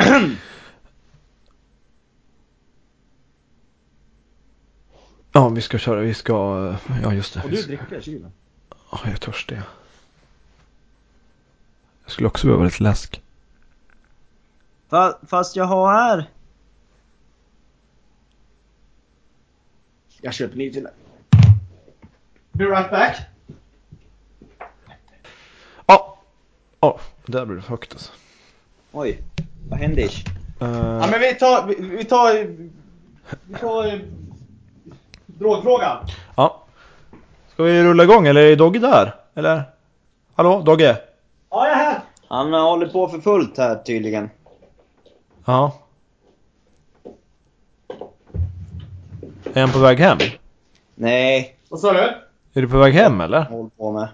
Ja, vi ska köra. Ja, just det. Och du dricker kylen. Ja, jag är törstig. Jag skulle också behöva lite läsk. Fast jag har här. Jag köper ny till dig. Be right back. Ja, där blir det högt alltså. Oj, vad händer? Ja, men vi tar drogfrågan. Ja. Ska vi rulla igång eller är Dogge där? Eller? Hallå, Dogge? Ja, jag är här. Han håller på för fullt här tydligen. Ja. Är han på väg hem? Nej, Vad sa du? Är du på väg hem eller? håller på med.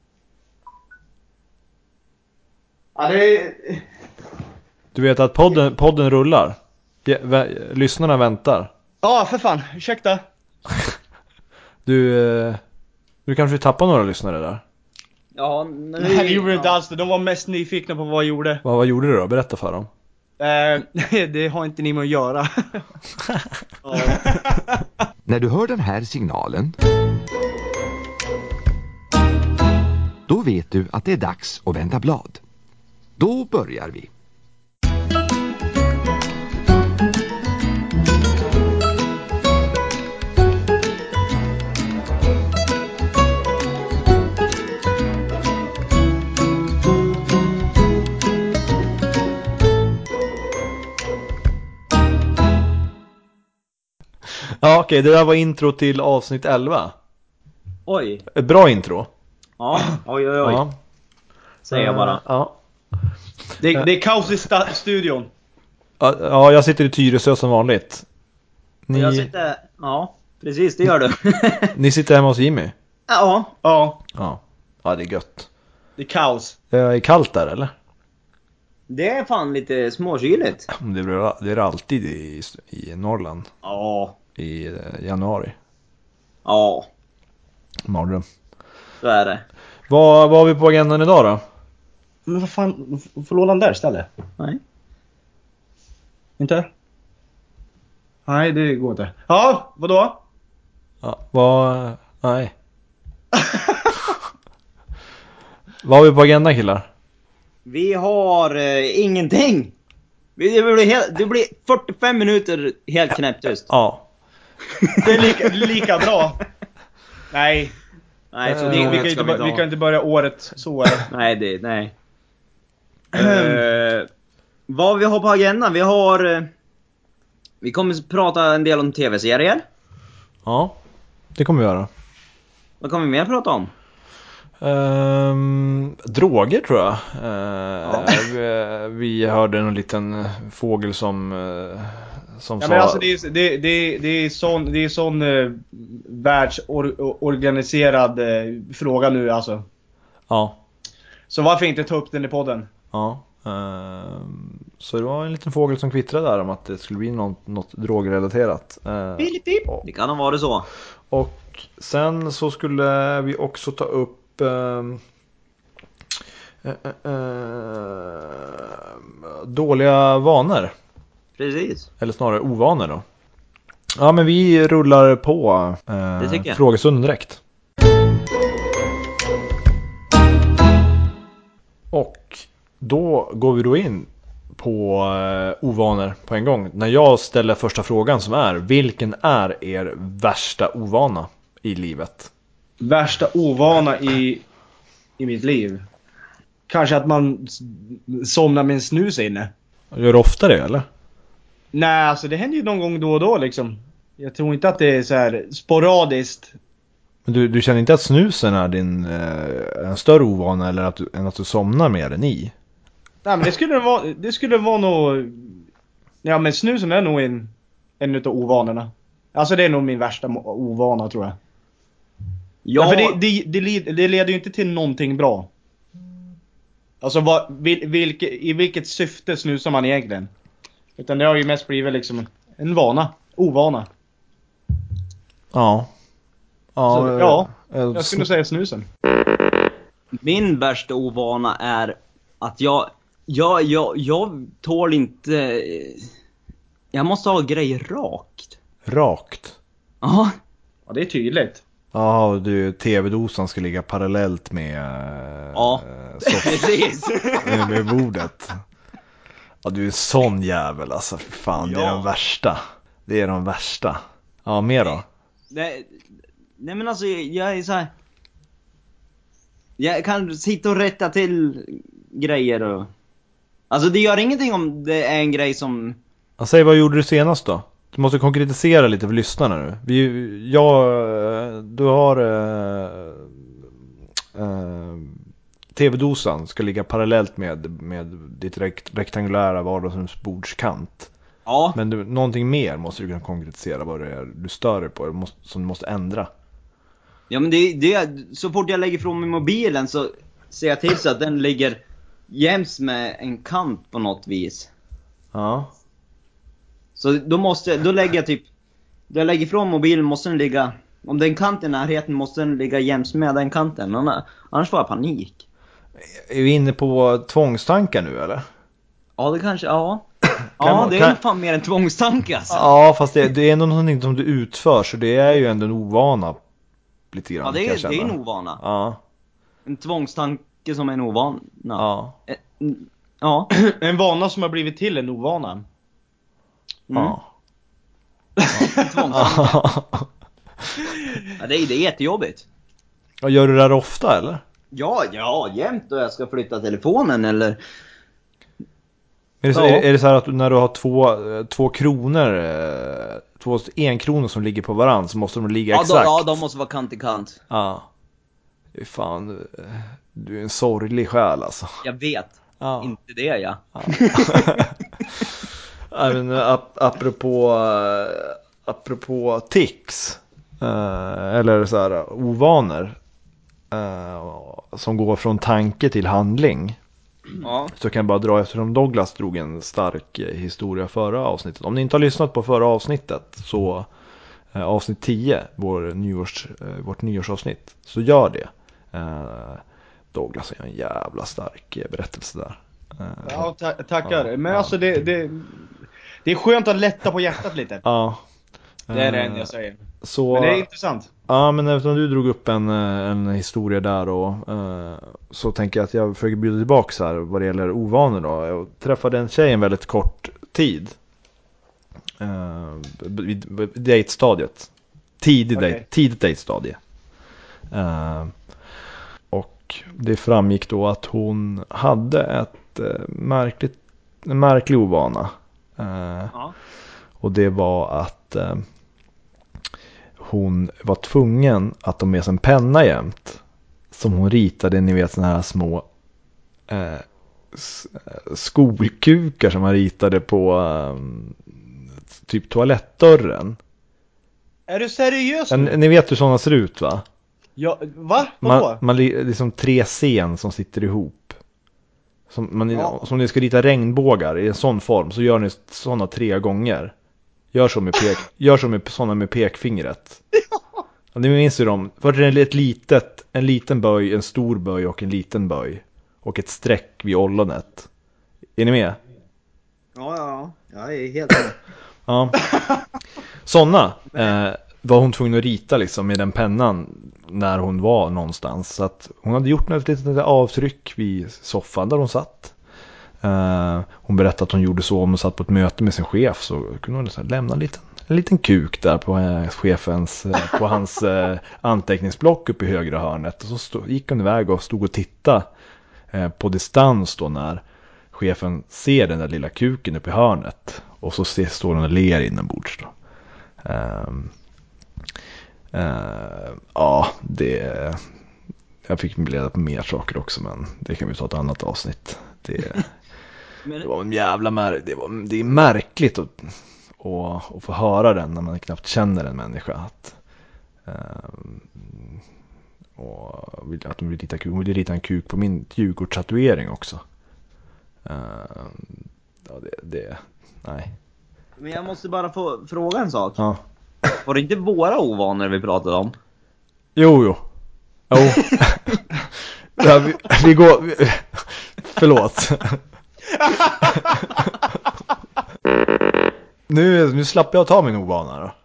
Ja, det är... Du vet att podden rullar. Lyssnarna väntar. Ja, för fan. Ursäkta. Du kanske tappar några lyssnare där. Ja, Nej, det gjorde du inte alls. De var mest nyfikna på vad jag gjorde. Vad gjorde du då? Berätta för dem. Det har inte ni med att göra. När du hör den här signalen, då vet du att det är dags att vända blad. Då börjar vi. Ja, okej. Det där var intro till avsnitt 11. Oj. Ett bra intro. Ja, oj. Ja. Säger jag bara. Ja. Det är kaos i studion. Ja, jag sitter i Tyresö som vanligt. Jag sitter... Ja, precis, det gör du. Ni sitter hemma hos Jimmy? Ja. Ja, Ja, det är gött. det är kaos. Det är kallt där, eller? Det är fan lite småkyligt. Det är alltid i Norrland. Ja. I januari. Ja, Mardröm. så är det. Vad har vi på agendan idag då? Men vad fan, får låna den där istället? Nej. Inte? Nej, det går inte. Ja, vadå? Ja, nej. Vad har vi på agendan, killar? Vi har ingenting. Det blir 45 minuter helt knäpptyst. Ja. Det är lika bra. Nej, Nej, så vi kan inte börja året så här. Nej. Vad vi har på agendan? Vi kommer att prata en del om tv-serier. Ja, det kommer vi göra. Vad kommer vi mer prata om? Droger tror jag. Vi hörde en liten fågel som sa... Men alltså det är sån världsorganiserad fråga nu alltså. Ja. Så varför inte ta upp den i podden? Ja. Så det var en liten fågel som kvittrade där om att det skulle bli något drogrelaterat. Det kan ha varit så. Och sen så skulle vi också ta upp dåliga vanor. Precis. Eller snarare ovanor då. Ja, men vi rullar på frågestunden direkt. Och då går vi då in på ovanor på en gång. När jag ställer första frågan som är: vilken är er värsta ovana i livet? Värsta ovana i mitt liv? Kanske att man somnar med en snus inne. Gör du ofta det, eller? Nej, alltså det händer ju någon gång då och då liksom. Jag tror inte att det är så här sporadiskt. Men du känner inte att snusen är en större ovana eller än att du somnar med den i? Nej, men det skulle vara nog... Ja, men snusen är nog en utav ovanorna. Alltså det är nog min värsta ovana, tror jag. Ja, för det leder ju inte till någonting bra. Alltså i vilket syfte snusar man egentligen? Utan det har ju mest blivit liksom en ovana. Ja. Så, jag skulle säga snusen. Min värsta ovana är att jag Jag tål inte... Jag måste ha grejer rakt. Rakt? Ja. Ja, det är tydligt. Ja, du, tv-dosan ska ligga parallellt med Precis. med bordet. Ja, du är en sån jävel alltså, för fan, det är de värsta. Det är de värsta. Ja, mer då? Nej men alltså, jag är så här. Jag kan sitta och rätta till grejer och... Alltså det gör ingenting om det är en grej som... Ja, säg, vad gjorde du senast då? Du måste konkretisera lite för lyssnarna nu. Du har tv-dosan ska ligga parallellt med ditt rektangulära vardagsrumsbordskant. Ja. Men någonting mer måste du kunna konkretisera vad det är du stör dig på, som du måste ändra. Ja, men det så fort jag lägger ifrån mig mobilen så ser jag till så att den ligger jäms med en kant på något vis. Ja. Så då lägger jag typ... Då jag lägger ifrån mobilen måste den ligga... Om den kanten i närheten måste den ligga jäms med den kanten. Annars får jag panik. Är vi inne på tvångstankar nu eller? Ja, det kanske... Ja, det är fan mer en tvångstanke alltså. Ja, fast det är ändå någonting som du utför, så det är ju ändå en ovana. Lite grann, Ja, det är en ovana. Ja. En tvångstanke som är en ovana. Ja. Ja. En vana som har blivit till en ovana. Ja. Ja, det är jättejobbigt. Och gör du det här ofta eller? Ja, jämt då jag ska flytta telefonen eller... Är det så här att när du har två kronor, två enkronor som ligger på varandra, så måste de ligga exakt? Ja, de måste vara kant i kant. Ja. Fan, du är en sorglig själ alltså. Jag vet. Ja. Inte det, ja. Men, apropå tics, eller så här ovanor, som går från tanke till handling. Ja. Så kan jag bara dra, eftersom Douglas drog en stark historia förra avsnittet. Om ni inte har lyssnat på förra avsnittet, så avsnitt 10, vårt nyårsavsnitt, så gör det. Douglas har en jävla stark berättelse där. Ja, tackar. Men alltså det är skönt att lätta på hjärtat lite. Ja. Det är det enda jag säger. Så, men det är intressant. Ja, men eftersom du drog upp en historia där och så tänker jag att jag försöker bjuda tillbaka så här vad det gäller ovanor då. Jag träffade en tjej en väldigt kort tid. Vid date-stadiet. Tidigt date-stadie. Och det framgick då att hon hade en märklig ovana. Och det var att hon var tvungen att ha med sig en penna jämt, som hon ritade, ni vet, såna här små skolkukar som man ritade på typ toalettdörren. Är du seriös? Ni vet hur sådana ser ut, va? Ja, va? Man liksom 3 scen som sitter ihop. Som ni ska rita regnbågar i en sån form, så gör ni sådana 3 gånger. Gör så med sådana med pekfingret. Ja, ni minns ju dem. För det är en liten böj, en stor böj och en liten böj. Och ett streck vid ollonet. Är ni med? Ja. Jag är helt med. Ja. Sådana var hon tvungen att rita liksom med den pennan när hon var någonstans. Så att hon hade gjort ett litet avtryck vid soffan där hon satt. Hon berättade att hon gjorde så om hon satt på ett möte med sin chef, så kunde hon liksom lämna en liten kuk där på chefens på hans anteckningsblock uppe i högra hörnet, och så gick hon iväg och stod och tittade på distans då när chefen ser den där lilla kuken uppe i hörnet, och så står hon och ler inombords då. Ja, jag fick leda på mer saker också, men det kan vi ta ett annat avsnitt. Det var en jävla det är märkligt att få höra den när man knappt känner en människa, och att de vill rita en kuk på min Djurgårdstatuering också. Nej. Men jag måste bara få fråga en sak. Ja. Var det inte våra ovanor vi pratade om? Jo. Ja, vi går... Förlåt. Nu slapp jag ta min ovana då.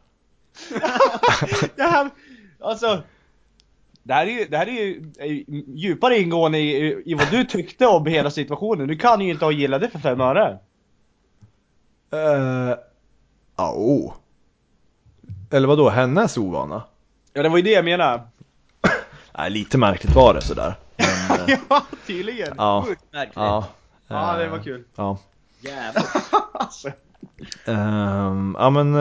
Alltså, det här är ju djupare ingående i vad du tyckte om hela situationen. Du kan ju inte ha gillat det för 5 öre. Eller vad då? Hennes ovana? Ja, det var ju det jag menade. Nej, lite märkligt var det sådär. Men, Ja, tydligen. ja. Märkligt. Ja, det var kul. Ja. Jävlar. Alltså. Ja, men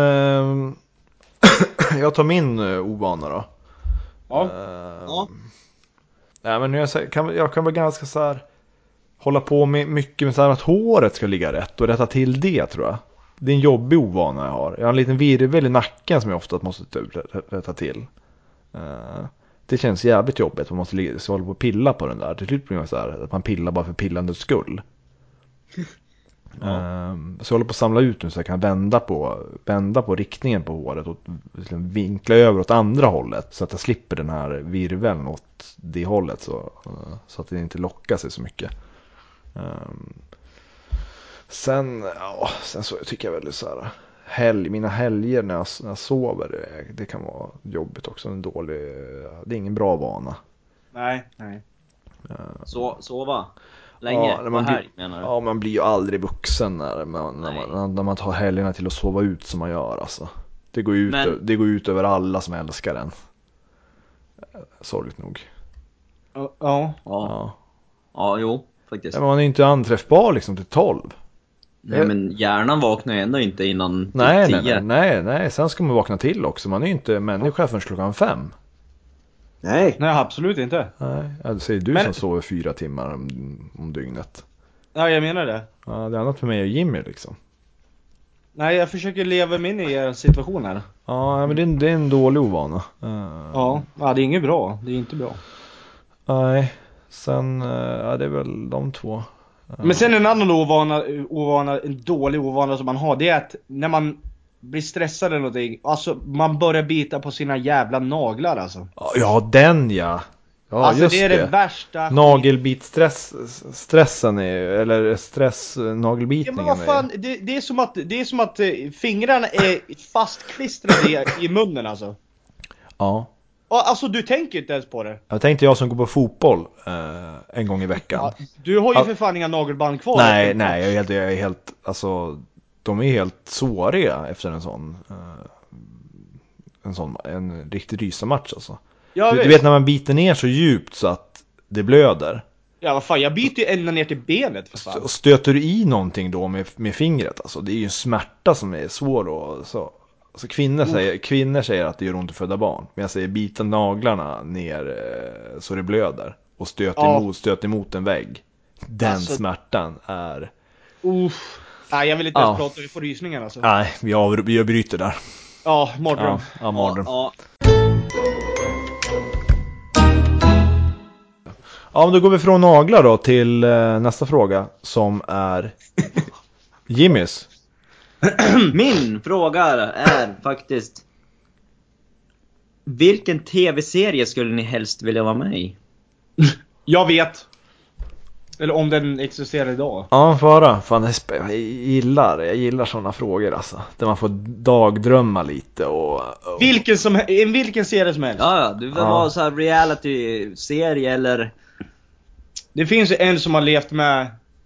jag tar min ovana då. Ja. Ja. Nej, men jag kan vara ganska så här hålla på med mycket med så här att håret ska ligga rätt och rätta till det, tror jag. Det är en jobbig ovana jag har. Jag har en liten virvel i nacken som jag ofta måste rätta till. Det känns jävligt jobbigt. Man måste hålla på och pilla på den där. Till slut blir det så här att man pillar bara för pillandets skull. Så jag håller på att samla ut nu så jag kan vända på riktningen på håret och liksom vinkla över åt andra hållet så att jag slipper den här virveln åt det hållet så att det inte lockar sig så mycket. Sen så tycker jag väl så här mina helger när jag sover, det kan vara jobbigt också, det är ingen bra vana. Nej. Sova länge på helg, menar du? Ja, man blir ju aldrig vuxen när man tar helgerna till att sova ut som man gör, alltså. Det går ut över alla som älskar den. Sorgligt nog. Ja, jo, faktiskt. Ja, men man är inte anträffbar liksom till 12. Nej, men hjärnan vaknar ju ändå inte innan 10. Nej, sen ska man vakna till också. Man är ju inte människa förrän klockan 5. Nej, absolut inte. Nej, det säger du som sover 4 timmar om dygnet. Ja, jag menar det. Ja, det är annat för mig och Jimmy liksom. Nej, jag försöker leva mig in i er situation här. Ja, men det är en dålig ovana. Ja, det är inget bra. Det är inte bra. Nej, sen det är väl de två. Men sen en annan ovana, en dålig ovana som man har, det är att när man blir stressad eller någonting, alltså man börjar bita på sina jävla naglar, alltså. Ja, den ja. Ja, alltså just det är det värsta. Nagelbitstressen eller stressnagelbitningen. Ja, men vad fan, det är som att fingrarna är fastklistrade i munnen, alltså. Ja. Alltså du tänker inte ens på det. Jag tänkte jag som går på fotboll en gång i veckan. Ja, du har ju för fan inga nagelband kvar. Nej, jag är helt alltså de är helt såriga efter en riktig rysamatch, alltså. Ja, du vet när man biter ner så djupt så att det blöder. Ja, vad fan, jag biter ju ända ner till benet, för fan. Stöter du i någonting då med fingret, alltså det är ju en smärta som är svår och så. Alltså kvinnor säger att det gör ont att föda barn. Men jag säger bita naglarna ner så det blöder. Och stöt emot en vägg. Den smärtan är... Nej, jag vill inte ens prata, vi får rysningar, alltså. Nej, vi bryter där. Ja, mardröm. Ja, mardröm. Ja, men då går vi från naglar då till nästa fråga som är Jimmys. Min fråga är faktiskt: vilken tv-serie skulle ni helst vilja vara med i? Jag vet. Eller om den existerar idag. Ja, fara. Fan, jag gillar sådana frågor, alltså. Där man får dagdrömma lite och... Vilken serie som helst. Ja, du vill vara så här reality-serie eller... Det finns en som har levt med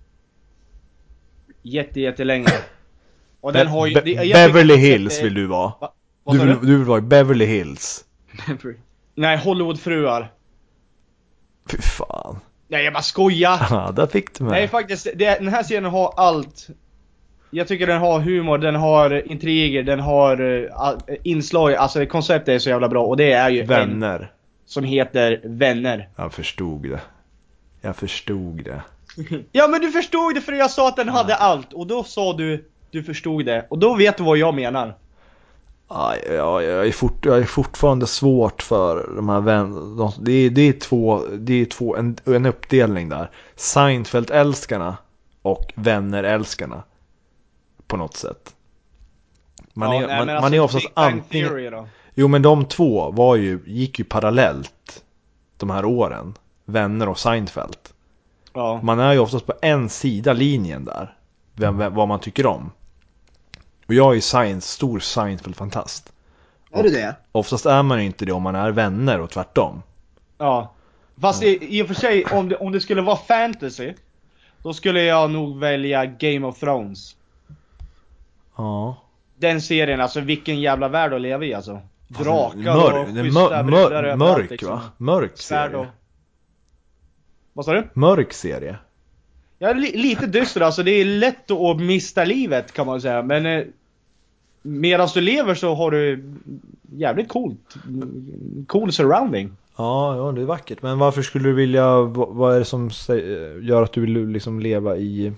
jättelänge. Och den har ju... Beverly Hills vill du vara. Du vill vara i Beverly Hills. Nej, Hollywoodfruar. Fy fan. Nej, jag bara skojar. Ja, där fick du med. Nej, faktiskt, den här serien har allt. Jag tycker den har humor, den har intriger, den har inslag. Alltså konceptet är så jävla bra. Och det är ju Vänner. Som heter Vänner. Jag förstod det. Ja, men du förstod det för jag sa att den hade allt. Och då sa du förstod det. Och då vet du vad jag menar. Jag är fortfarande svårt för de här vännerna. Det är två en uppdelning där. Seinfeld-älskarna och vänner-älskarna. På något sätt. Man är oftast antingen... Jo, men de två gick ju parallellt de här åren. Vänner och Seinfeld. Ja. Man är ju oftast på en sida linjen där. Vad man tycker om. Och jag är ju stor Seinfeld-fantast. Är du det? Oftast är man ju inte det om man är vänner och tvärtom. Ja. Fast i och för sig, om det skulle vara fantasy, då skulle jag nog välja Game of Thrones. Ja. Den serien, alltså vilken jävla värld att leva i alltså. Drakar och det är schyssta brudar överallt, mörk liksom. va? Mörk Svärd serie. och... Vad sa du? Mörk serie. Ja, lite dyster alltså. Det är lätt att mista livet kan man säga. Men medan du lever så har du jävligt cool surrounding. Ja, det är vackert. Men varför skulle du vilja, vad är det som gör att du vill liksom leva i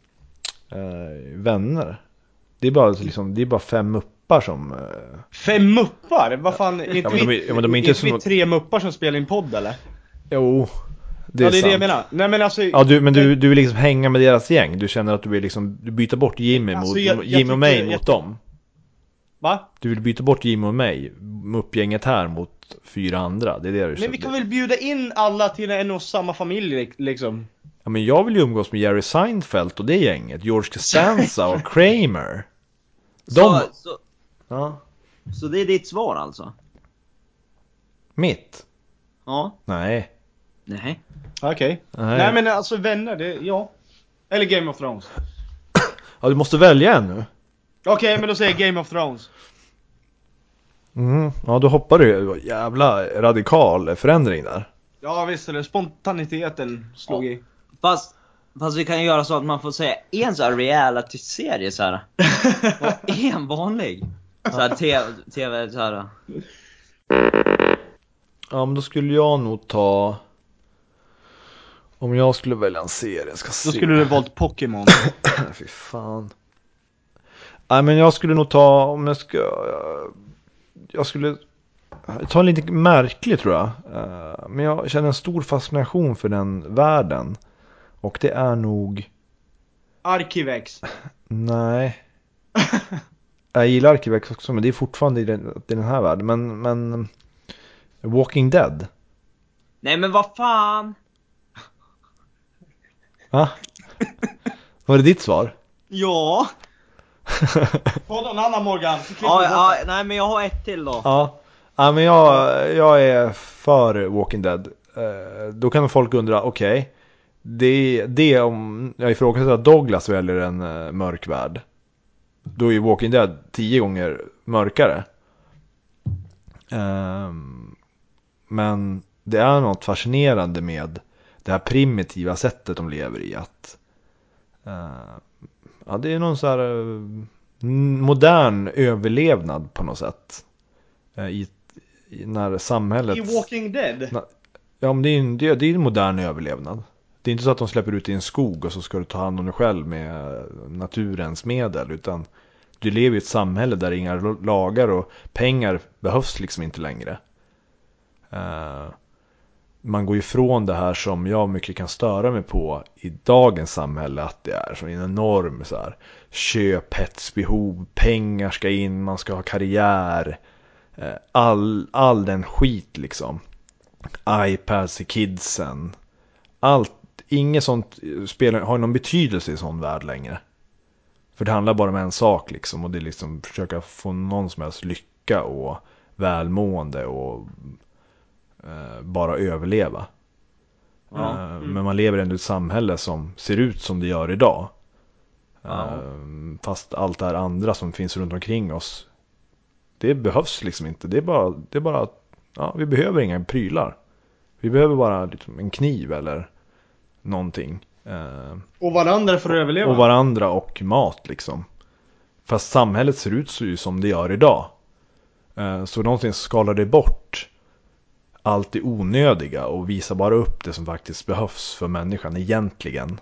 vänner? Det är bara liksom, det är bara 5 muppar som 5 muppar? Vad fan, inte de är inte som 3 muppar som spelar in podd eller? Jo, det är det är sant. det jag menar. Nej men alltså, ja, men du vill liksom hänga med deras gäng. Du känner att du vill liksom byta bort Jimmy alltså, mot Jimmy och mig mot dem. Va? Du vill byta bort Jimmy och mig, uppgänget här mot 4 andra. Det är det du Men vi kan väl bjuda in alla till en och samma familj liksom. Ja, men jag vill ju umgås med Jerry Seinfeld och det gänget, George Costanza och Kramer. Så det är ditt svar alltså? Mitt? Ja. Nej. Okej. Nej men alltså vänner, ja. Eller Game of Thrones. Ja, du måste välja en nu. Okej, men då säger jag Game of Thrones. Ja, då hoppar du. Jävla radikal förändring där. Ja visst, eller spontaniteten slog i. Fast vi kan göra så att man får säga en sån här reality-serie så här. Och en vanlig. Så här tv så här. Ja, men då skulle jag nog ta... Om jag skulle välja en serie, ska se. Då skulle du valt Pokémon. Fy fan. Nej, men jag skulle nog ta... Om jag skulle ta en lite märklig tror jag. Men jag känner en stor fascination för den världen. Och det är nog... Arkivex. Nej. Jag gillar Arkivex också, men det är fortfarande i den här världen. Men Walking Dead. Nej men vad fan. Va? Var det ditt svar? Ja. Få någon annan Morgan. Nej men jag har ett till då. Ja, men jag är för Walking Dead. Då kan folk undra, okej. Det om jag ifrågasätter att Douglas väljer en mörk värld. Då är Walking Dead 10 gånger mörkare. Men det är något fascinerande med det här primitiva sättet de lever i. Att det är någon så här modern överlevnad på något sätt. När samhället... I Walking Dead? Ja, men det är en modern överlevnad. Det är inte så att de släpper ut i en skog och så ska du ta hand om dig själv med naturens medel, utan du lever i ett samhälle där inga lagar och pengar behövs liksom inte längre. Man går ifrån det här som jag mycket kan störa mig på i dagens samhälle, att det är som en enorm så här köphetsbehov, pengar ska in, man ska ha karriär, all den skit liksom. iPads i kidsen, allt, inget sånt har någon betydelse i sån värld längre. För det handlar bara om en sak liksom, och det är liksom försöka få någon som helst lycka och välmående och bara överleva. Men man lever ändå i ett samhälle som ser ut som det gör idag. Fast allt det här andra som finns runt omkring oss, det behövs liksom inte. Det är bara vi behöver inga prylar. Vi behöver bara liksom en kniv eller någonting. Och varandra för att överleva. Och varandra och mat liksom. Fast samhället ser ut så som det gör idag. Så någonting skalar det bort allt det onödiga och visar bara upp det som faktiskt behövs för människan egentligen.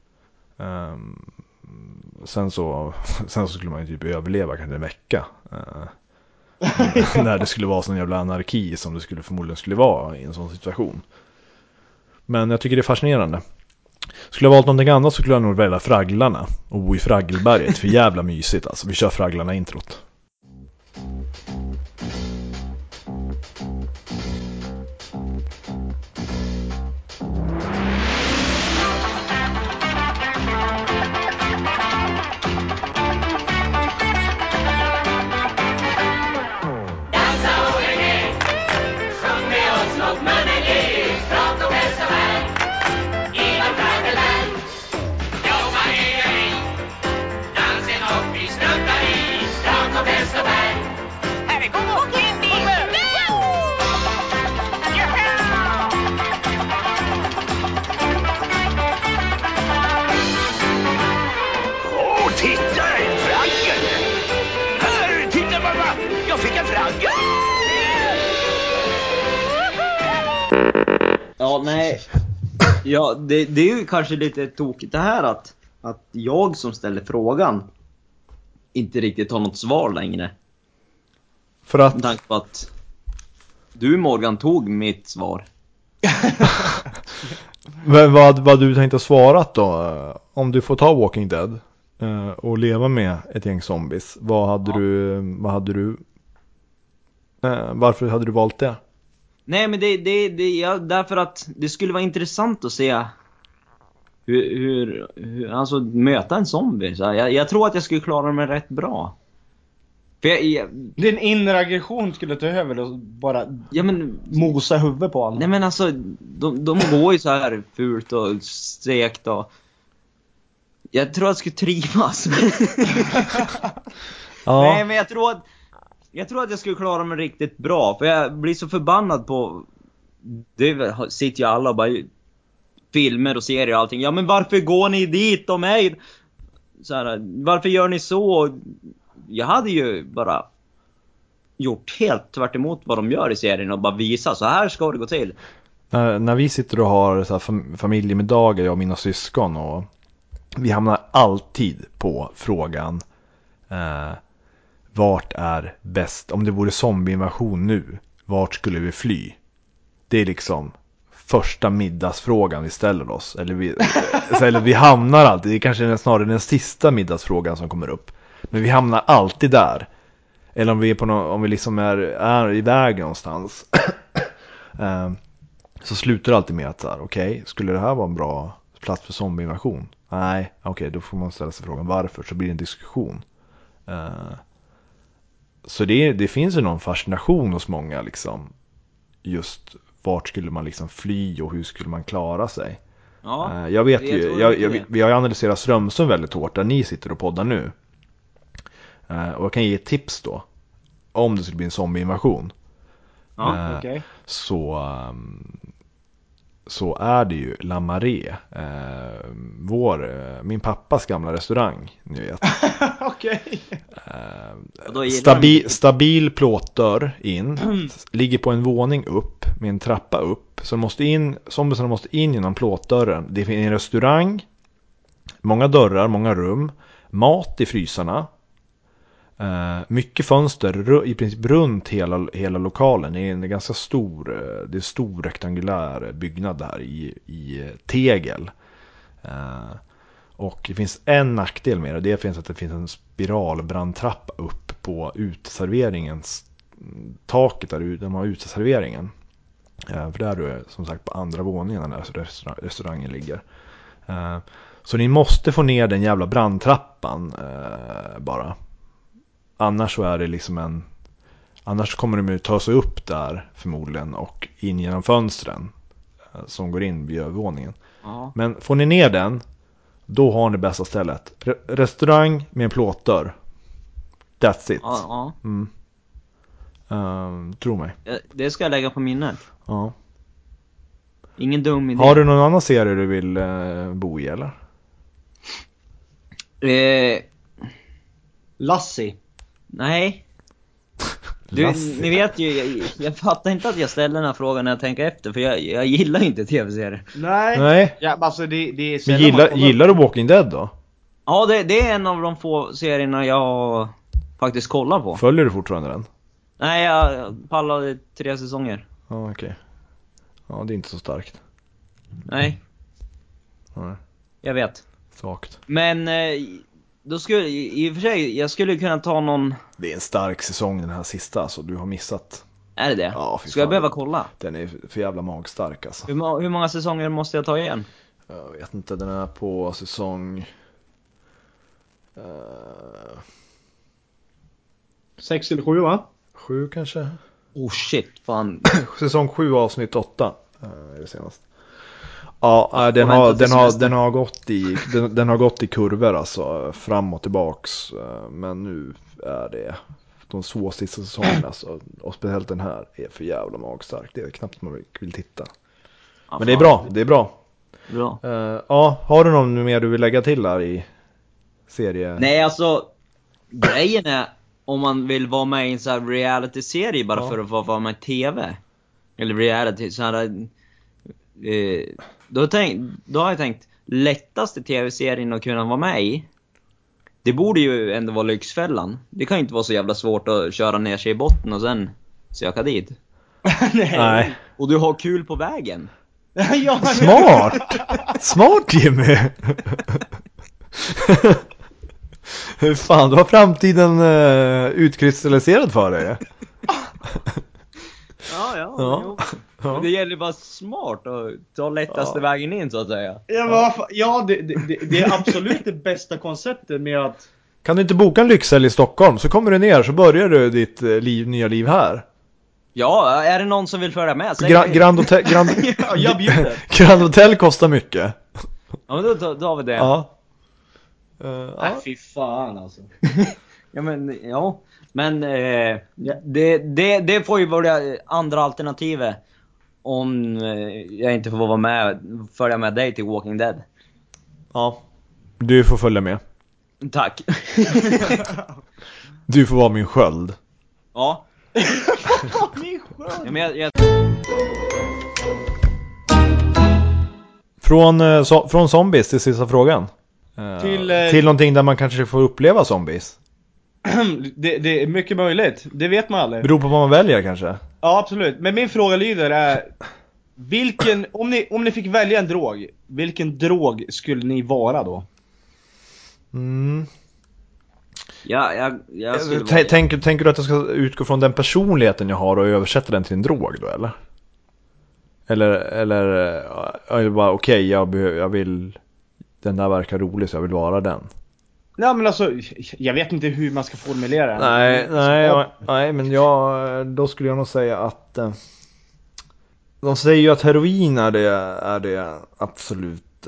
Sen så skulle man ju typ överleva kanske en vecka. När det skulle vara sån jävla anarki som det förmodligen skulle vara i en sån situation. Men jag tycker det är fascinerande. Skulle jag valt någonting annat så skulle jag nog välja Fragglarna och bo i Fraggelberget, för jävla mysigt alltså. Vi kör Fragglarna introt. Ja, nej. Ja, det är ju kanske lite tokigt det här att jag som ställer frågan inte riktigt har något svar längre. För att... Med tanke på att du, Morgan, tog mitt svar. Men vad du tänkte ha svarat då? Om du får ta Walking Dead och leva med ett gäng zombies, varför hade du valt det? Nej, men därför att det skulle vara intressant att se hur alltså möta en zombie. Så jag tror att jag skulle klara mig rätt bra. För Din inre aggression skulle ta över och bara mosa huvudet på alla. Nej, men alltså de går ju så här fult och stekt och jag tror att jag skulle trivas. Ja. Nej, men jag tror att jag skulle klara mig riktigt bra. För jag blir så förbannad på... Det sitter ju alla och bara... Filmer och serier och allting. Ja, men varför går ni dit och mig? Så här, varför gör ni så? Jag hade ju bara... gjort helt tvärt emot vad de gör i serien. Och bara visa, så här ska det gå till. När vi sitter och har så här familjemiddagar, jag och mina syskon, och vi hamnar alltid på frågan... vart är bäst? Om det vore zombieinvasion nu, vart skulle vi fly? Det är liksom första middagsfrågan vi ställer oss. Eller vi hamnar alltid, det är kanske snarare den sista middagsfrågan som kommer upp. Men vi hamnar alltid där. Eller om vi är på om vi liksom är iväg någonstans. Så slutar det alltid med att okej, skulle det här vara en bra plats för zombieinvasion? Nej, okej, då får man ställa sig frågan varför, så blir det en diskussion. Så det finns ju någon fascination hos många liksom, just vart skulle man liksom fly och hur skulle man klara sig. Ja, jag vet ju, vi har ju analyserat Strömsund väldigt hårt där ni sitter och poddar nu. Och jag kan ge ett tips då. Om det skulle bli en zombieinvasion. Ja, okej. Så är det ju La Marée, min pappas gamla restaurang, ni vet. Okej. Stabil plåtdörr in, ligger på en våning upp med en trappa upp, så zombiesarna måste in genom plåtdörren. Det finns en restaurang, många dörrar, många rum, mat i frysarna, mycket fönster i princip runt hela lokalen. Det är en ganska stor rektangulär byggnad där i tegel. Och det finns en nackdel med det. Det finns att det finns en spiralbrandtrappa upp på uteserveringens taket där de har uteserveringen. För där är det som sagt på andra våningen där restaurangen ligger. Så ni måste få ner den jävla brandtrappan bara. Annars så är det liksom annars kommer de ju ta sig upp där förmodligen och in genom fönstren som går in vid övervåningen. Ja. Men får ni ner den, då har ni bästa stället. Restaurang med en plåtdörr. That's it. Ja. Tro mig. Det ska jag lägga på minnet. Ja. Ingen dum idé. Har du någon annan serie du vill bo i eller? Lassie. Nej. Ni vet ju, jag fattar inte att jag ställer den här frågan när jag tänker efter. För jag gillar inte tv-serier. Nej. Ja, alltså det är men gillar du Walking Dead då? Ja, det är en av de få serierna jag faktiskt kollar på. Följer du fortfarande den? Nej, jag pallade 3 säsonger. Ja, okej. Ja, det är inte så starkt. Nej. Jag vet. Svagt. Men då skulle i och för sig jag skulle kunna ta någon. Det är en stark säsong den här sista, så du har missat. Är det? Ja, ska jag behöva kolla? Den är för jävla magstark alltså. Hur många säsonger måste jag ta igen? Jag vet inte, den är på säsong 6 eller 7 va? 7 kanske. Oh shit, fan. Säsong 7 avsnitt 8 är det senast. Ja, den har gått i kurvor alltså, fram och tillbaks, men nu är det de två sista säsongerna alltså, och speciellt den här är för jävla magstark. Det är knappt man vill titta. Men det är bra. Har du någon mer du vill lägga till där i serie? Nej, alltså grejen är om man vill vara med i en sån här reality-serie bara för att vara med i tv. Eller reality, så här. Då har jag tänkt, lättaste tv-serien att kunna vara med i, det borde ju ändå vara Lyxfällan. Det kan ju inte vara så jävla svårt att köra ner sig i botten och sen söka dit. Nej. Och du har kul på vägen. Ja, Smart Jimmy. Hur fan, du har framtiden utkristalliserad för dig. Ja. Ja. Men det gäller bara smart och ta lättaste vägen in, så att säga. Ja, det är absolut det bästa konceptet med att... Kan du inte boka en lyxhelg i Stockholm, så kommer du ner, så börjar du ditt nya liv här. Ja, är det någon som vill följa med? Grand Hotel, Ja, jag bjuder. Grand Hotel kostar mycket. Ja, men då har vi det. Ja. Fy fan alltså. Men det får ju vara andra alternativet om jag inte får vara med, följa med dig till Walking Dead. Ja. Du får följa med. Tack. Du får vara min sköld. Ja. Min sköld. Ja, men jag... Från zombies till sista frågan. Till någonting där man kanske får uppleva zombies. Det är mycket möjligt. Det vet man aldrig. Beror på vad man väljer kanske. Ja, absolut. Men min fråga lyder är, om ni fick välja en drog, vilken drog skulle ni vara då? Jag skulle Tänker du att jag ska utgå från den personligheten jag har och översätta den till en drog då, eller? Eller bara okej, jag vill, den där verkar rolig så jag vill vara den. Nej, men alltså, jag vet inte hur man ska formulera den. Nej, men då skulle jag nog säga att de säger ju att heroin är det absolut,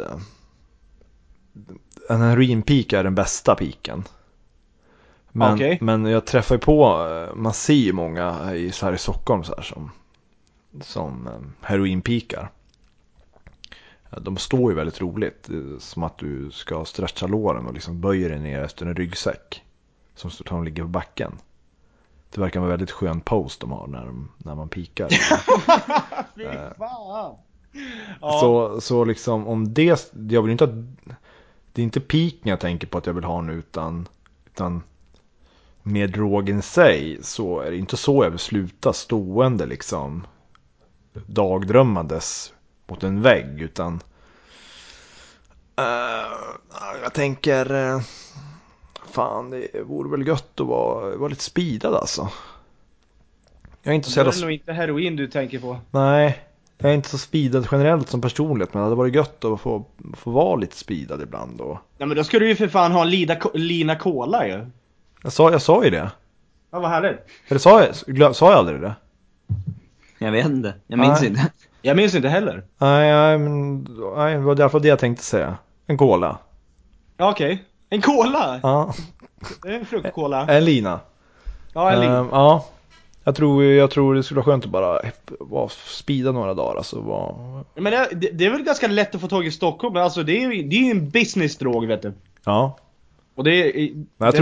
en heroinpik är den bästa piken. Men jag träffar ju på, man ser ju många här i Stockholm så här som heroinpikar. De står ju väldigt roligt, som att du ska stretcha låren och liksom böjer dig ner efter en ryggsäck som de ligger på backen. Det verkar vara väldigt skön pose de har när man pikar. Fy fan. Så liksom om det, jag vill inte att, det är inte piken jag tänker på att jag vill ha nu, utan med drogen i sig så är det inte så jag vill sluta stående liksom dagdrömmandes mot en vägg, utan jag tänker fan, det vore väl gött att vara lite speedad alltså. Jag är inte så jävla... Det är nog inte heroin du tänker på. Nej, jag är inte så speedad generellt som personlighet, men det hade varit gött att få vara lite speedad ibland då. Nej, men då ska du ju för fan ha en lina cola ju. Jag sa ju det. Ja, vad härligt. Eller sa jag aldrig det? Jag vet inte, jag minns inte. Jag minns inte heller. Nej, det var därför det jag tänkte säga. En cola. Ja, okej. En cola? Ja. En fruktcola. En lina. Ja, en lina. Ja. Jag tror det skulle vara skönt att bara vara speeda några dagar alltså, Men det är väl ganska lätt att få tag i Stockholm, men alltså det är ju en business-drog, vet du. Ja. Och det är... Jag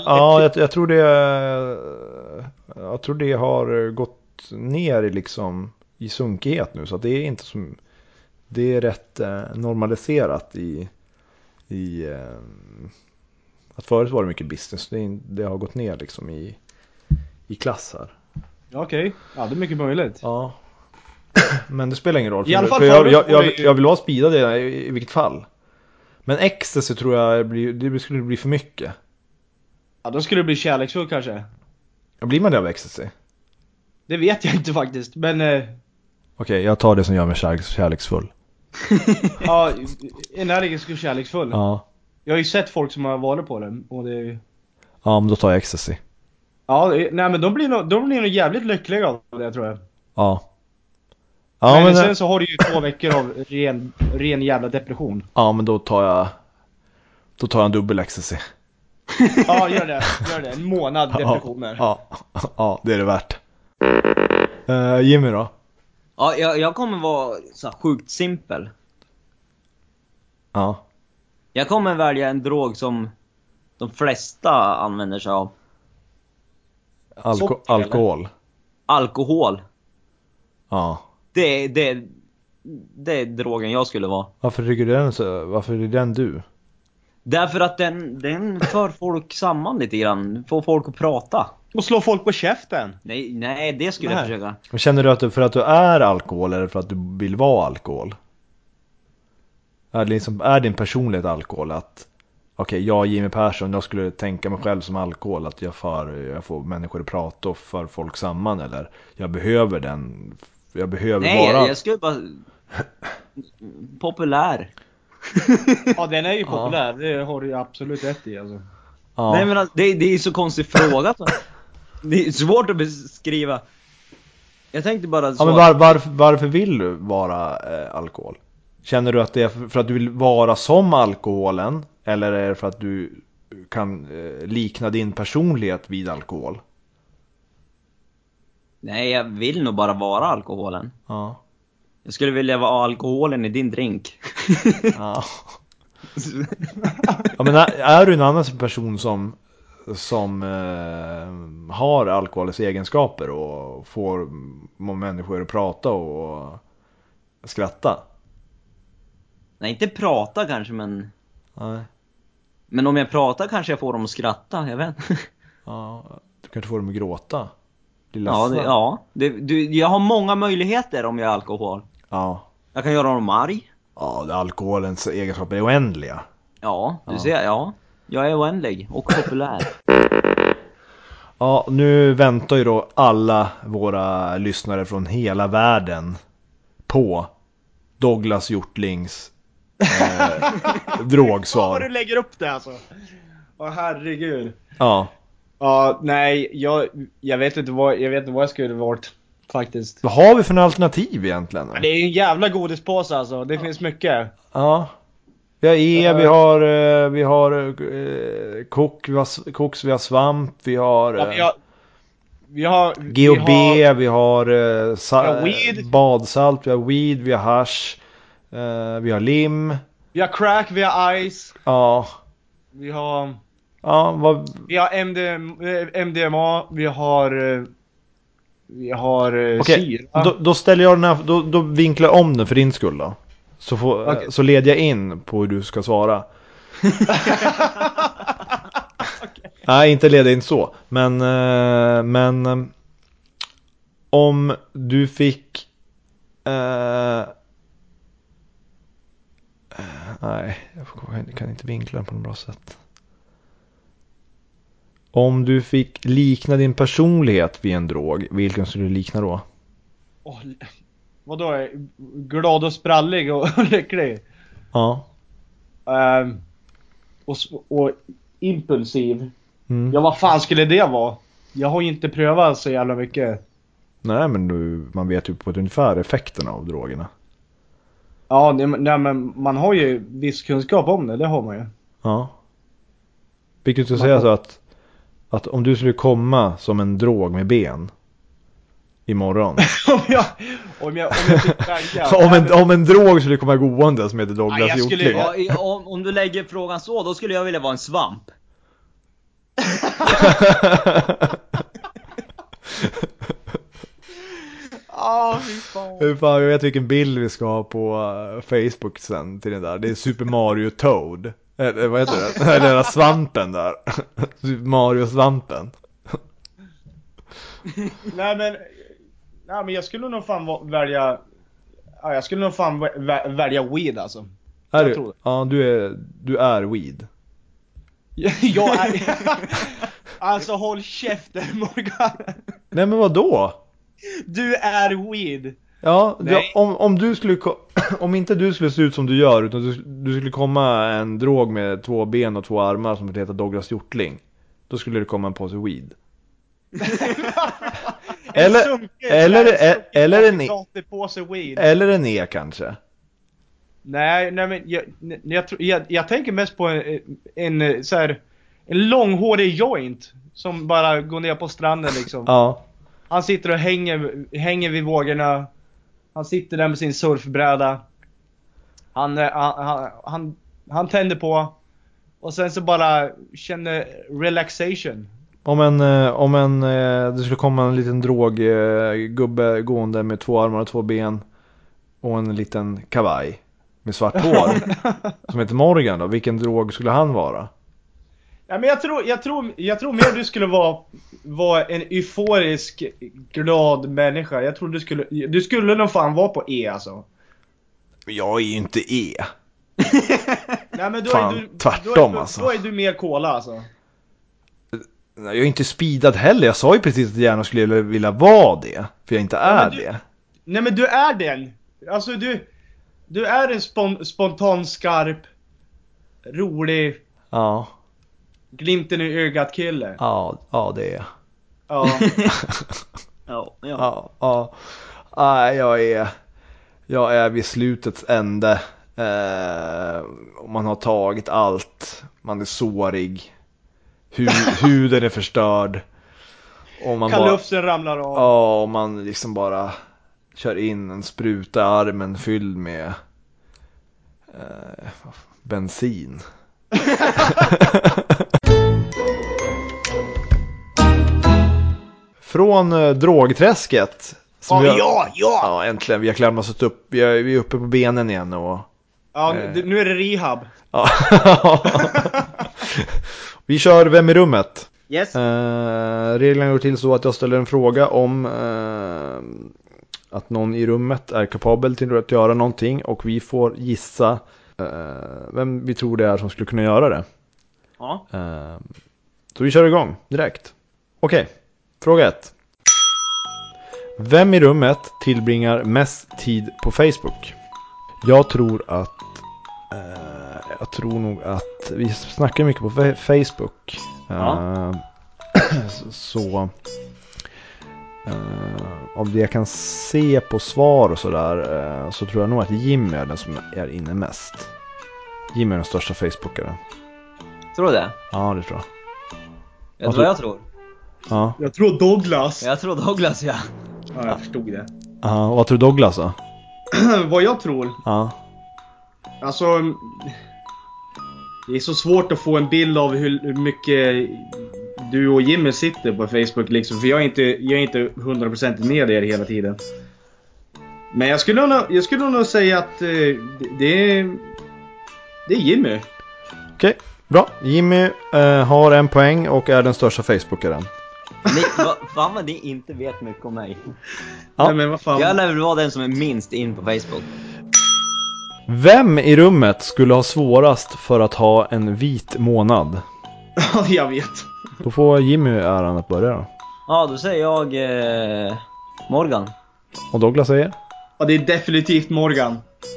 tror det har gått ner i sunkighet nu, så att det är inte som, det är rätt normaliserat i att förut var det mycket business, det har gått ner liksom i klass här. Okej. Ja, det är mycket möjligt. Ja. Men det spelar ingen roll. I alla fall jag vill vara speedad i vilket fall. Men ecstasy tror jag det skulle bli för mycket. Ja, då skulle det bli kärleksfull kanske. Ja, blir man det av ecstasy? Det vet jag inte faktiskt, men... Okej, jag tar det som gör mig kärleksfull. Ja, energisk och kärleksfull. Ja. Jag har ju sett folk som har varit på den, och det... Ja, men då tar jag ecstasy. Ja, nej, men de blir nog jävligt lyckliga av det, tror jag. Ja. Men sen så har du ju 2 veckor av ren jävla depression. Ja, men då tar jag en dubbel ecstasy. Ja, gör det. En månad depressioner. Ja, det är det värt. Jimmy då? Ja, jag kommer vara så här sjukt simpel. Ja. Jag kommer välja en drog som de flesta använder sig av. Alkohol. Alkohol. Ja. Det Det är drogen jag skulle vara. Varför tycker du den så? Varför är den du? Därför att den för folk samman lite grann. Får folk att prata. Och slå folk på käften. Nej, det skulle jag försöka. Men känner du att för att du är alkohol eller för att du vill vara alkohol? Är din personlighet alkohol att okej, jag Jimmy Persson, jag skulle tänka mig själv som alkohol att jag får människor att prata och för folk samman, eller jag behöver vara... Nej, jag skulle bara... populär. Ja, den är ju populär. Det har du ju absolut rätt i alltså. Ja. Nej, men alltså, det är ju så konstig fråga. Det är svårt att beskriva. Jag tänkte bara så... Ja, men varför vill du vara alkohol? Känner du att det är för att du vill vara som alkoholen? Eller är det för att du kan likna din personlighet vid alkohol? Nej, jag vill nog bara vara alkoholen. Ja. Jag skulle vilja vara alkoholen i din drink. Ja. Ja, men är du en annan person som har alkoholens egenskaper och får människor att prata och skratta? Nej, inte prata kanske, men... Nej. Men om jag pratar kanske jag får dem att skratta, jag vet. Ja, du kanske får dem att gråta. Jag har många möjligheter om jag är alkohol. Ja. Jag kan göra dem arg. Ja, alkoholens egenskaper är oändliga. Ja, du ser, ja. Jag är oändlig och populär. Ja, nu väntar ju då alla våra lyssnare från hela världen på Douglas Hjortlings drogsvar. Vad du lägger upp det alltså. Åh herregud. Ja. Ja, nej, jag vet inte vad jag skulle varit faktiskt. Vad har vi för en alternativ egentligen? Det är en jävla godispåse alltså. Det finns mycket. Ja. Vi har vi har koks, vi har svamp, vi har vi har GHB, vi har weed. badsalt, vi har weed, vi har hash, vi har lim. Vi har crack, vi har ice. Ja. Vi har vi har MDMA, vi har syra. Då ställer jag den här, då vinklar jag om den för din skull då. Så leder jag in på hur du ska svara. Nej, inte leda in så. Men om du fick nej, jag kan inte vinkla den på något bra sätt. Om du fick likna din personlighet vid en drog, vilken skulle du likna då? Vadå? Glad och sprallig och lycklig? Ja. Och impulsiv. Mm. Ja, vad fan skulle det vara? Jag har ju inte prövat så jävla mycket. Nej, men man vet ju på ett ungefär effekterna av drogerna. Ja, nej, men man har ju viss kunskap om det har man ju. Ja. Vilket du säga så att om du skulle komma som en drog med ben imorgon. om en drog skulle komma gående som heter Douglas Hjortling. Om du lägger frågan så, då skulle jag vilja vara en svamp. Fy fan, jag vet vilken bild vi ska ha på Facebook sen till den där. Det är Super Mario Toad. Vad heter det? Den där svampen där. Super Mario-svampen. Nej men jag skulle nog fan välja. Ja, jag skulle nog fan välja weed alltså. Är du? Tror det. Ja, du är weed. Jag är. Alltså håll käften, Morgan. Nej, men vad då? Du är weed. Ja, om du skulle om inte du skulle se ut som du gör, utan du skulle komma en drog med 2 ben och 2 armar som heter Douglas Hjortling, då skulle det komma en påse weed. eller en e kanske. Nej men jag tänker mest på en så här en långhårig joint som bara går ner på stranden liksom. Ja. Han sitter och hänger vid vågorna. Han sitter där med sin surfbräda. Han tänder på. Och sen så bara känner relaxation. Om det skulle komma en liten droggubbe gående med 2 armar och 2 ben. och en liten kavaj med svart hår som heter Morgan då, vilken drog skulle han vara? Ja, men jag tror mer du skulle vara en euforisk, glad människa. Jag tror du skulle nog fan vara på E alltså. Jag är ju inte E. Nej, men Fan, tvärtom alltså. Då är du mer cola alltså. Jag är inte speedad heller. Jag sa ju precis att jag gärna skulle vilja vara det. För jag inte är det. Nej, men du är den. Alltså du är en spontan, skarp, rolig, Ja. glimten i ögat kille. Ja, det är jag. Ja. Ja. Nej, jag är vid slutets ände. Man har tagit allt. Man är sårig. Huden är förstörd. Och man Kalufsen ramlar av. Ja, och man liksom bara kör in en spruta i armen fylld med bensin. Från drogträsket. Ja, äntligen. Vi har klämmat upp. Vi är uppe på benen igen. Och, ja, nu är det rehab. Ja. Vi kör Vem i rummet? Yes. Reglerna går till så att jag ställer en fråga om att någon i rummet är kapabel till att göra någonting. Och vi får gissa vem vi tror det är som skulle kunna göra det. Ja. Så vi kör igång direkt. Okej. Fråga 1. Vem i rummet tillbringar mest tid på Facebook? Jag tror nog att vi snackar mycket på Facebook. Ja. Så av det jag kan se på svar och sådär, så tror jag nog att Jimmy är den som är inne mest. Jimmy är den största Facebookaren. Tror du det? Ja, det tror jag. Vet du vad jag tror? Ja. Jag tror Douglas. Jag tror Douglas, ja. Ja, jag förstod det. Ja, vad tror Douglas då? Vad jag tror? Ja. Alltså, det är så svårt att få en bild av hur mycket du och Jimmy sitter på Facebook liksom. För jag är inte 100% med er hela tiden. Men jag skulle nog säga att det är Jimmy. Okej, bra. Jimmy har en poäng och är den största Facebookaren. Fan vad ni inte vet mycket om mig. Ja. Nej, men vad fan. Jag lär väl vara den som är minst in på Facebook. Vem i rummet skulle ha svårast för att ha en vit månad? Ja, jag vet. Då får Jimmy äran att börja då. Ja, då säger jag Morgan. Och Douglas säger? Ja, det är definitivt Morgan.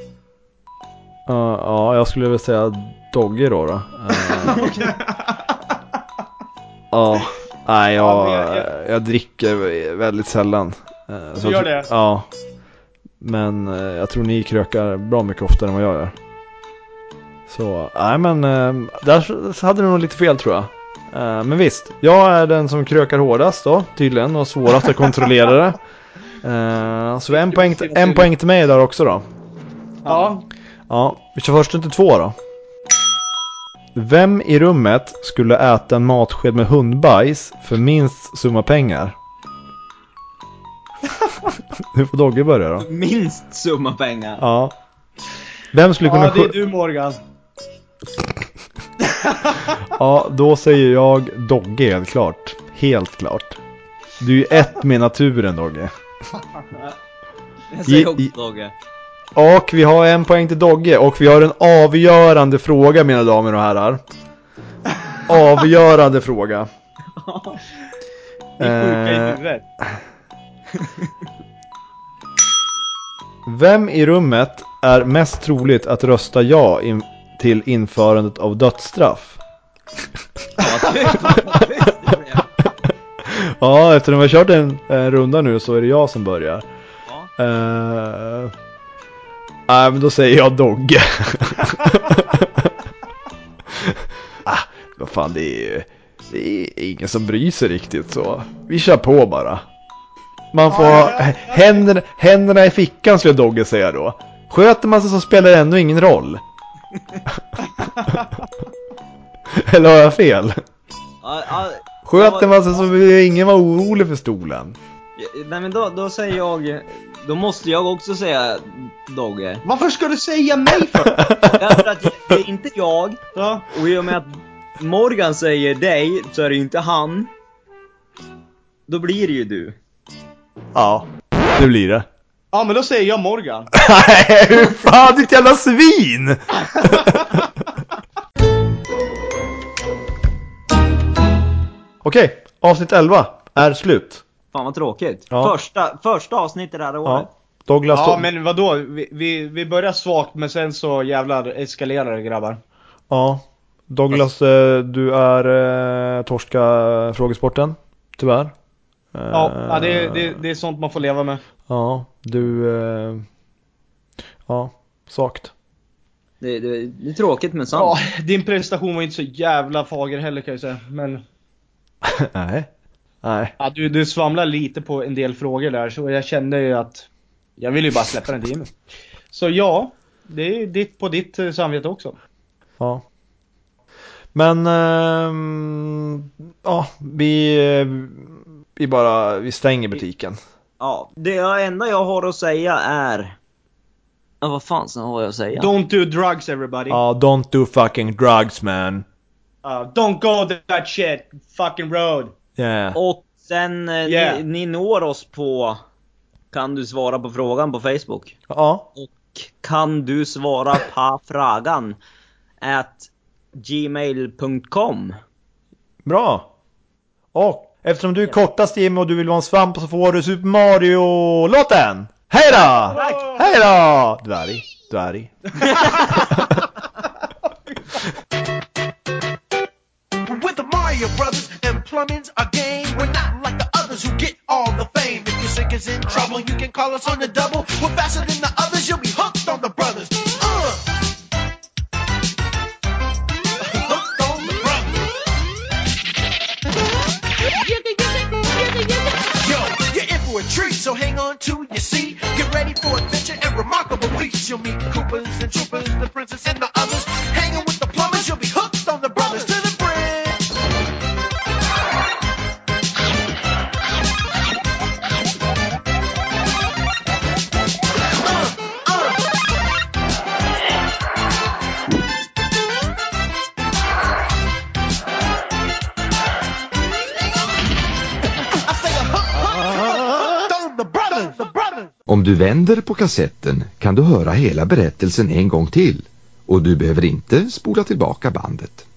Ja, jag skulle väl säga Dogge då. Ja, nej, jag dricker väldigt sällan. Så gör det? Ja. Men jag tror ni krökar bra mycket oftare än vad jag gör. Så, nej men där hade du nog lite fel tror jag. Men visst, jag är den som krökar hårdast då, tydligen, och svårast att kontrollera det. Så en poäng till mig där också då. Ja. Ja, vi kör först inte 2 då. Vem i rummet skulle äta en matsked med hundbajs för minst summa pengar? Nu får Dogge börja då. Minst summa pengar. Ja. Vem skulle kunna... Ja, det är du Morgan. Ja, då säger jag Dogge helt klart. Helt klart. Du är ju ett med naturen, Dogge. Jag säger också Dogge. Och vi har en poäng till Dogge. Och vi har en avgörande fråga, mina damer och herrar. Avgörande fråga. Det är sjuka i huvudet. Vem i rummet är mest troligt att rösta ja till införandet av dödsstraff? Ja, efter att vi har kört en runda nu så är det jag som börjar. Nej, men då säger jag Dogge. Vad fan, det är ingen som bryr sig riktigt så. Vi kör på bara. Man får händerna i fickan, skulle Dogge säga då. Sköter man sig så spelar det ändå ingen roll. Eller har jag fel? Sköter man sig så vill ingen vara orolig för stolen. Nej men då säger jag... Då måste jag också säga Dogge. Varför ska du säga mig för? Därför att det är inte jag. Ja. Och i och med att Morgan säger dig, så är det ju inte han. Då blir det ju du. Ja, det blir det. Ja, men då säger jag Morgan. Nej, hur fan, ditt jävla svin! Okej, avsnitt 11 är slut. Fan vad tråkigt. Ja. Första avsnittet det här året. Ja, Douglas. Ja, men vadå? Vi börjar svagt, men sen så jävlar eskalerar det, grabbar. Ja, Douglas, du är torska frågesporten, tyvärr. Ja, det är sånt man får leva med. Ja, du... ja, svagt. Det är tråkigt men sant. Ja, din prestation var inte så jävla fager heller, kan jag säga. Men Nej. ja, du svamlar lite på en del frågor där, så jag kände ju att jag ville ju bara släppa den till Jimmy. Så ja, det är ditt samvete också. Ja. Men ja, vi stänger butiken. Ja, det enda jag har att säga är... Ja, vad fan så har jag att säga? Don't do drugs, everybody. Ja, don't do fucking drugs, man. Don't go that shit fucking road. Yeah. Och sen ni når oss på... Kan du svara på frågan på Facebook? Ja. Och kan du svara på frågan @gmail.com. Bra. Och eftersom du är kortast, Jimmy, och du vill vara en svamp, så får du Super Mario-låten. Hej då! Hej då! Dvärg. With the Mario Brothers and plumbing's a game. We're not like the others who get all the fame. If your sink is in trouble, you can call us on the double. We're faster than the others, you'll be hooked on the brothers. Hooked on the brothers. Yo, you're in for a treat, so hang on to your seat. Get ready for adventure and remarkable feats. You'll meet Koopas and Troopers, the princess and the others. Hanging with the plumbers, you'll be hooked on the brothers. To the bridge. I say a hooked on the brothers. The brothers. Om du vänder på kassetten kan du höra hela berättelsen en gång till. Och du behöver inte spola tillbaka bandet.